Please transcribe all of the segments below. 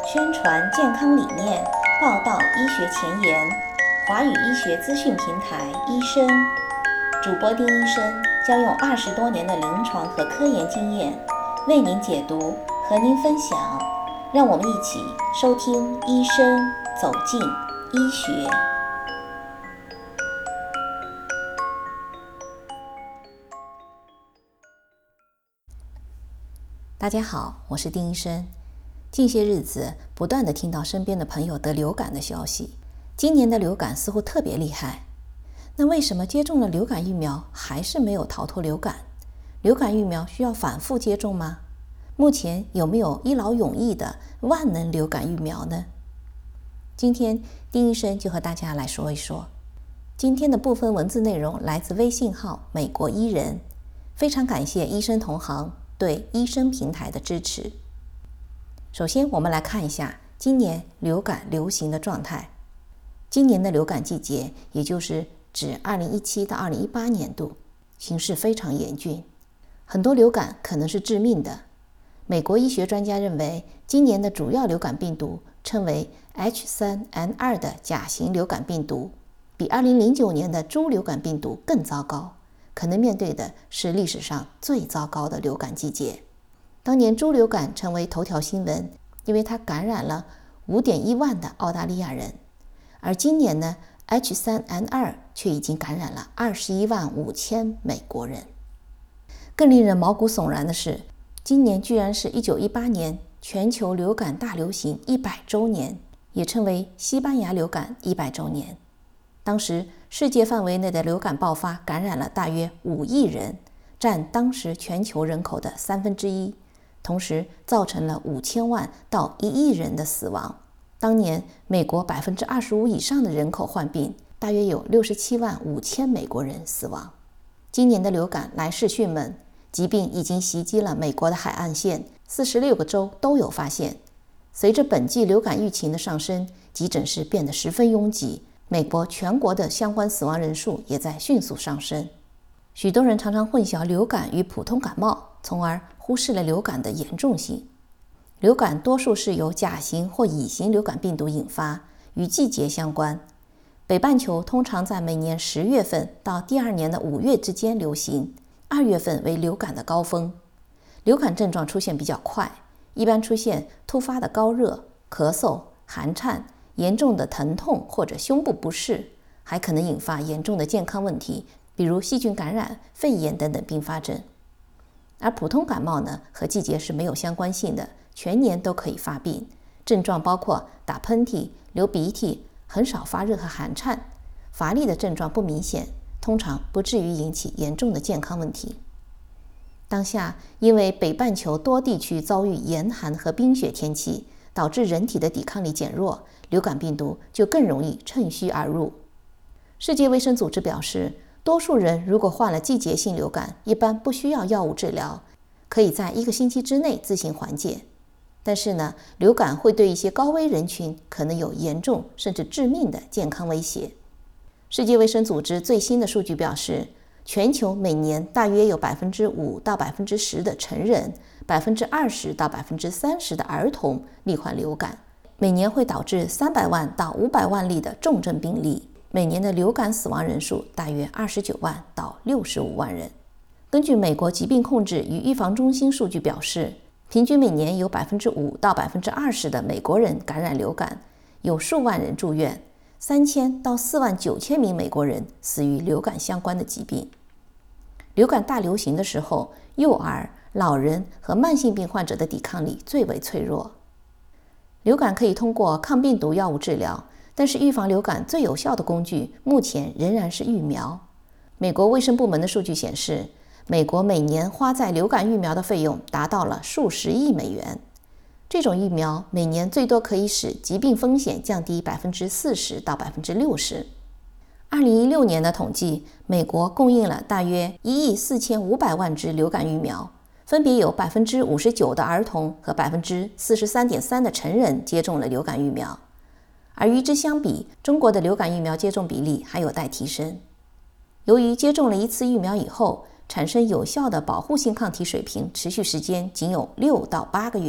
宣传健康理念，报道医学前沿。华语医学资讯平台医生主播丁医生将用20多年的临床和科研经验为您解读，和您分享。让我们一起收听医生走进医学。大家好，我是丁医生。近些日子不断地听到身边的朋友得流感的消息，今年的流感似乎特别厉害。那为什么接种了流感疫苗还是没有逃脱流感？流感疫苗需要反复接种吗？目前有没有一劳永逸的万能流感疫苗呢？今天丁医生就和大家来说一说。今天的部分文字内容来自微信号美国医人，非常感谢医生同行对医生平台的支持。首先我们来看一下今年流感流行的状态。今年的流感季节，也就是指2017到2018年度，形势非常严峻，很多流感可能是致命的。美国医学专家认为，今年的主要流感病毒称为 H3N2 的甲型流感病毒，比2009年的猪流感病毒更糟糕，可能面对的是历史上最糟糕的流感季节。当年猪流感成为头条新闻，因为它感染了 5.1 万的澳大利亚人，而今年呢 H3N2 却已经感染了21万5千美国人。更令人毛骨悚然的是，今年居然是1918年全球流感大流行100周年，也称为西班牙流感100周年。当时世界范围内的流感爆发感染了大约5亿人，占当时全球人口的1/3，同时造成了5000万到1亿人的死亡。当年美国25%以上的人口患病，大约有67万5千美国人死亡。今年的流感来势迅猛，疾病已经袭击了美国的海岸线，46个州都有发现。随着本季流感疫情的上升，急诊室变得十分拥挤，美国全国的相关死亡人数也在迅速上升。许多人常常混淆流感与普通感冒，从而忽视了流感的严重性。流感多数是由甲型或乙型流感病毒引发，与季节相关。北半球通常在每年10月份到第二年的5月之间流行，2月份为流感的高峰。流感症状出现比较快，一般出现突发的高热、咳嗽、寒颤、严重的疼痛或者胸部不适，还可能引发严重的健康问题，比如细菌感染、肺炎等等并发症。而普通感冒呢，和季节是没有相关性的，全年都可以发病，症状包括打喷嚏、流鼻涕，很少发热和寒颤，乏力的症状不明显，通常不至于引起严重的健康问题。当下因为北半球多地区遭遇严寒和冰雪天气，导致人体的抵抗力减弱，流感病毒就更容易趁虚而入。世界卫生组织表示，多数人如果患了季节性流感，一般不需要药物治疗，可以在1个星期之内自行缓解。但是呢，流感会对一些高危人群可能有严重甚至致命的健康威胁。世界卫生组织最新的数据表示，全球每年大约有 5% 到 10% 的成人， 20% 到 30% 的儿童罹患流感，每年会导致300万到500万例的重症病例，每年的流感死亡人数大约29万到65万人。根据美国疾病控制与预防中心数据表示，平均每年有 5% 到 20% 的美国人感染流感，有数万人住院，3000到4万9千名美国人死于流感相关的疾病。流感大流行的时候，幼儿、老人和慢性病患者的抵抗力最为脆弱。流感可以通过抗病毒药物治疗，但是预防流感最有效的工具目前仍然是疫苗。美国卫生部门的数据显示，美国每年花在流感疫苗的费用达到了数十亿美元。这种疫苗每年最多可以使疾病风险降低 40% 到 60%。2016年的统计，美国供应了大约1亿4500万支流感疫苗，分别有 59% 的儿童和 43.3% 的成人接种了流感疫苗。而与之相比，中国的流感疫苗接种比例还有待提升。由于接种了一次疫苗以后，产生有效的保护性抗体水平持续时间仅有6到8个月，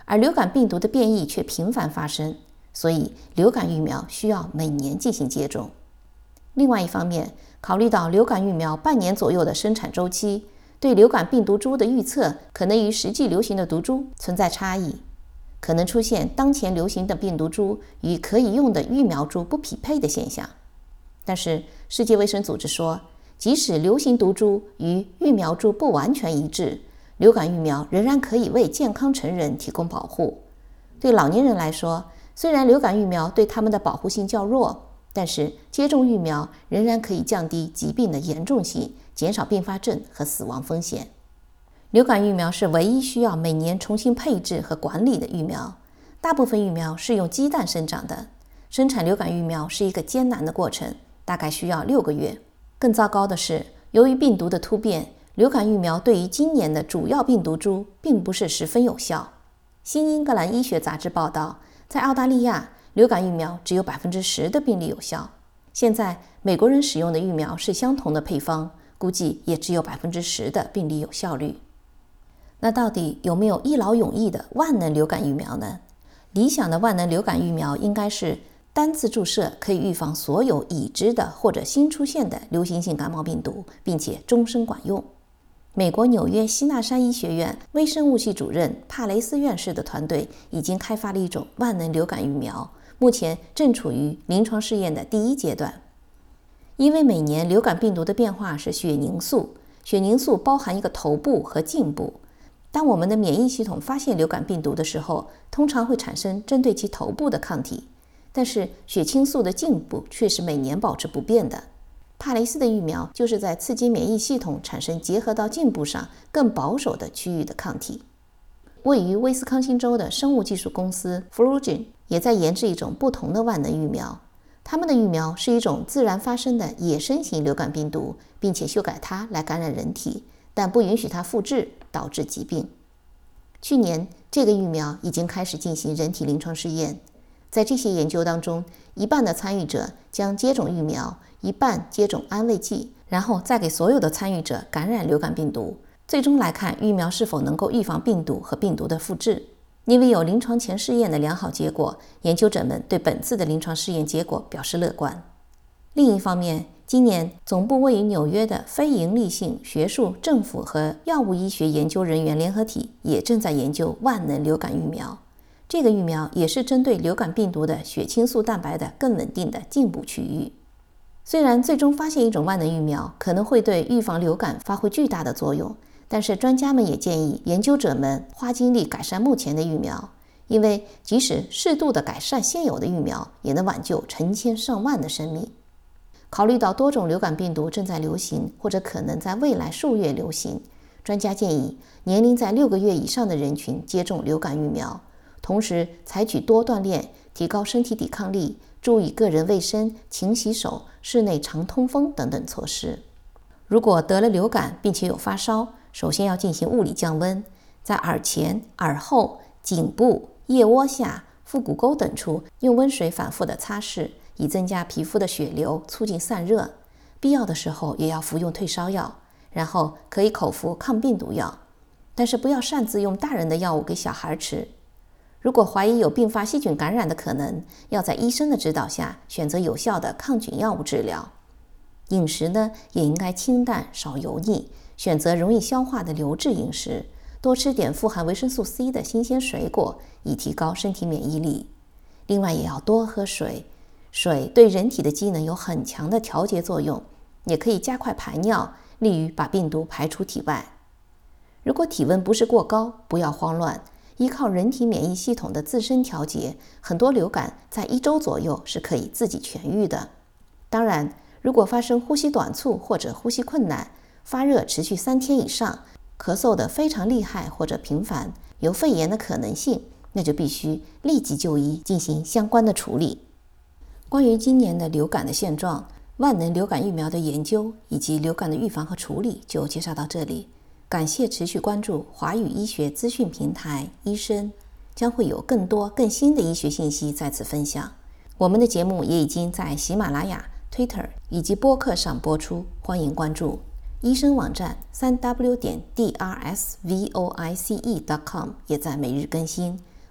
而流感病毒的变异却频繁发生，所以流感疫苗需要每年进行接种。另外一方面，考虑到流感疫苗半年左右的生产周期，对流感病毒株的预测可能与实际流行的毒株存在差异，可能出现当前流行的病毒株与可以用的疫苗株不匹配的现象。但是世界卫生组织说，即使流行毒株与疫苗株不完全一致，流感疫苗仍然可以为健康成人提供保护。对老年人来说，虽然流感疫苗对他们的保护性较弱，但是接种疫苗仍然可以降低疾病的严重性，减少并发症和死亡风险。流感疫苗是唯一需要每年重新配置和管理的疫苗。大部分疫苗是用鸡蛋生长的，生产流感疫苗是一个艰难的过程，大概需要6个月。更糟糕的是，由于病毒的突变，流感疫苗对于今年的主要病毒株并不是十分有效。新英格兰医学杂志报道，在澳大利亚，流感疫苗只有 10% 的病例有效。现在美国人使用的疫苗是相同的配方，估计也只有 10% 的病例有效率。那到底有没有一劳永逸的万能流感疫苗呢？理想的万能流感疫苗应该是单次注射，可以预防所有已知的或者新出现的流行性感冒病毒，并且终身管用。美国纽约西纳山医学院微生物系主任帕雷斯院士的团队已经开发了一种万能流感疫苗，目前正处于临床试验的第1阶段。因为每年流感病毒的变化是血凝素，血凝素包含一个头部和颈部。当我们的免疫系统发现流感病毒的时候，通常会产生针对其头部的抗体，但是血清素的颈部却是每年保持不变的。帕雷斯的疫苗就是在刺激免疫系统产生结合到颈部上更保守的区域的抗体。位于威斯康星州的生物技术公司 Fulgent 也在研制一种不同的万能疫苗。他们的疫苗是一种自然发生的野生型流感病毒，并且修改它来感染人体，但不允许它复制，导致疾病。去年，这个疫苗已经开始进行人体临床试验。在这些研究当中，一半的参与者将接种疫苗，一半接种安慰剂，然后再给所有的参与者感染流感病毒。最终来看，疫苗是否能够预防病毒和病毒的复制。因为有临床前试验的良好结果，研究者们对本次的临床试验结果表示乐观。另一方面，今年总部位于纽约的非营利性学术、政府和药物医学研究人员联合体也正在研究万能流感疫苗。这个疫苗也是针对流感病毒的血清素蛋白的更稳定的颈部区域。虽然最终发现一种万能疫苗可能会对预防流感发挥巨大的作用，但是专家们也建议研究者们花精力改善目前的疫苗，因为即使适度的改善现有的疫苗，也能挽救成千上万的生命。考虑到多种流感病毒正在流行，或者可能在未来数月流行，专家建议年龄在6个月以上的人群接种流感疫苗，同时采取多锻炼、提高身体抵抗力、注意个人卫生、勤洗手、室内常通风等等措施。如果得了流感并且有发烧，首先要进行物理降温，在耳前、耳后、颈部、腋窝下、腹股沟等处用温水反复的擦拭，以增加皮肤的血流，促进散热。必要的时候也要服用退烧药，然后可以口服抗病毒药，但是不要擅自用大人的药物给小孩吃。如果怀疑有并发细菌感染的可能，要在医生的指导下选择有效的抗菌药物治疗。饮食呢，也应该清淡少油腻，选择容易消化的流质饮食，多吃点富含维生素 C 的新鲜水果，以提高身体免疫力。另外也要多喝水，水对人体的机能有很强的调节作用，也可以加快排尿，利于把病毒排出体外。如果体温不是过高，不要慌乱，依靠人体免疫系统的自身调节，很多流感在1周左右是可以自己痊愈的。当然，如果发生呼吸短促或者呼吸困难，发热持续3天以上，咳嗽的非常厉害或者频繁，有肺炎的可能性，那就必须立即就医进行相关的处理。关于今年的流感的现状、万能流感疫苗的研究以及流感的预防和处理就介绍到这里。感谢持续关注华语医学资讯平台医生，将会有更多更新的医学信息在此分享。我们的节目也已经在喜马拉雅、Twitter 以及播客上播出，欢迎关注。医生网站 3w.drsvoice.com 也在每日更新，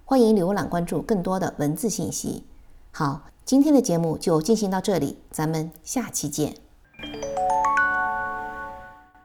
欢迎浏览关注更多的文字信息。好，今天的节目就进行到这里，咱们下期见。